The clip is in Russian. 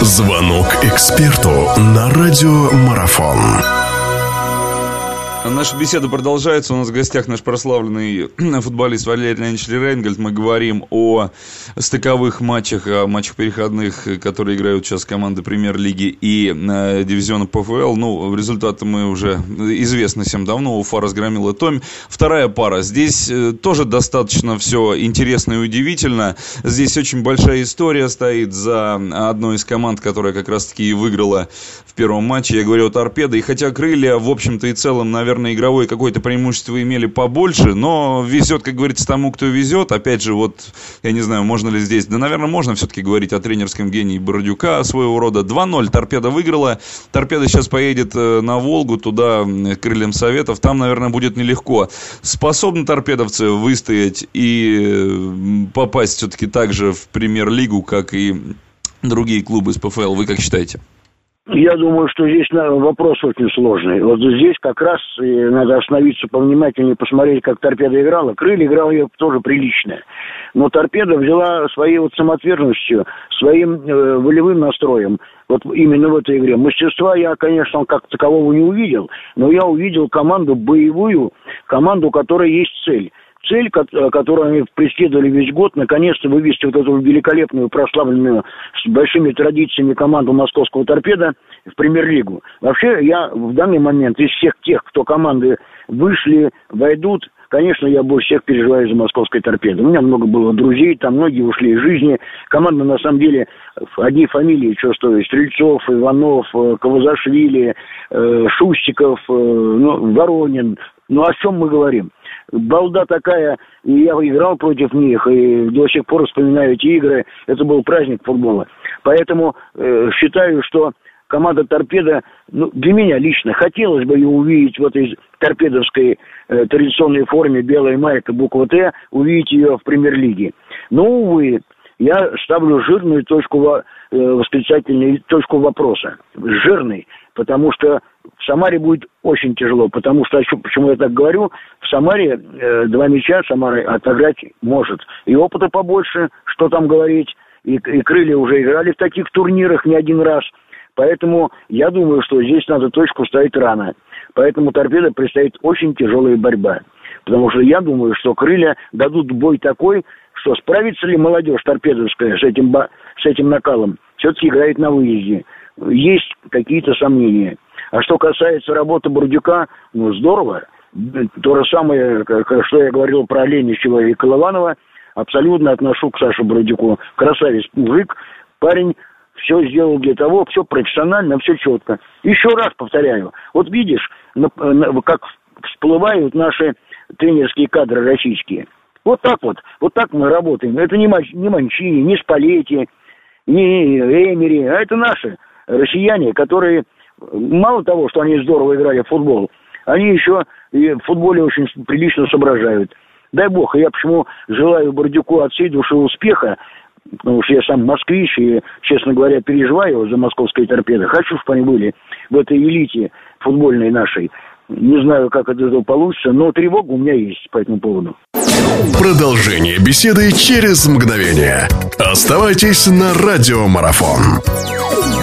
Звонок эксперту на радиомарафон. Наша беседа продолжается. У нас в гостях наш прославленный футболист Валерий Леонидович Рейнгольд. Мы говорим о стыковых матчах, о матчах переходных, которые играют сейчас команды премьер-лиги и дивизиона ПФЛ. Ну, результаты мы уже известны всем давно. Уфа разгромила Томь. Вторая пара. Здесь тоже достаточно все интересно и удивительно. Здесь очень большая история стоит за одной из команд, которая как раз-таки и выиграла в первом матче. Я говорю о Торпедо. И хотя крылья, в общем-то и целом, наверное, игровое какое-то преимущество имели побольше, но везет, как говорится, тому, кто везет. Опять же, вот, я не знаю, можно ли здесь, да, наверное, можно все-таки говорить о тренерском гении Бородюка своего рода. 2-0 Торпедо выиграла. Торпедо сейчас поедет на Волгу, туда, к крыльям Советов. Там, наверное, будет нелегко. Способны торпедовцы выстоять и попасть все-таки так же в премьер-лигу, как и другие клубы из ПФЛ? Вы как считаете? Я думаю, что здесь вопрос очень сложный. Вот здесь как раз надо остановиться повнимательнее, посмотреть, как Торпедо играла. Крылья играла ее тоже прилично. Но Торпедо взяла своей вот самоотверженностью, своим волевым настроем, вот именно в этой игре. Мастерства я, конечно, как такового не увидел, но я увидел команду боевую, команду, у которой есть цель. Цель, которую они преследовали весь год, наконец-то вывести вот эту великолепную, прославленную, с большими традициями команду московского «Торпедо» в премьер-лигу. Вообще, я в данный момент из всех тех, кто команды вышли, войдут, конечно, я больше всех переживаю за московское «Торпедо». У меня много было друзей, там многие ушли из жизни. Команда, на самом деле, одни фамилии, что стоит: Стрельцов, Иванов, Кавазашвили, Шустиков, Воронин. Ну, о чем мы говорим? Балда такая, и я играл против них, и до сих пор вспоминаю эти игры. Это был праздник футбола. Поэтому считаю, что команда «Торпедо», для меня лично, хотелось бы ее увидеть в этой торпедовской традиционной форме, белая майка, буква «Т», увидеть ее в премьер-лиге. Но, увы, я ставлю жирную точку восклицательную точку вопроса. Жирный, потому что в Самаре будет очень тяжело, потому что, почему я так говорю, в Самаре 2 мяча Самара отыграть может. И опыта побольше, что там говорить, и крылья уже играли в таких турнирах не один раз. Поэтому я думаю, что здесь надо точку ставить рано. Поэтому «Торпедо» предстоит очень тяжелая борьба. Потому что я думаю, что крылья дадут бой такой, что справится ли молодежь торпедовская с этим накалом, все-таки играет на выезде. Есть какие-то сомнения. А что касается работы Бородюка, здорово. То же самое, что я говорил про Леничева и Колыванова, абсолютно отношу к Саше Бородюку. Красавец мужик, парень все сделал для того, все профессионально, все четко. Еще раз повторяю, вот видишь, как всплывают наши тренерские кадры российские. Вот так мы работаем. Это не Манчини, не Спалетти, не Эмери, а это наши россияне, которые мало того, что они здорово играли в футбол, они еще и в футболе очень прилично соображают. Дай бог, я почему желаю Бородюку от всей души успеха, потому что я сам москвич и, честно говоря, переживаю за московское «Торпедо». Хочу, чтобы они были в этой элите футбольной нашей. Не знаю, как это получится, но тревога у меня есть по этому поводу. Продолжение беседы через мгновение. Оставайтесь на радиомарафон.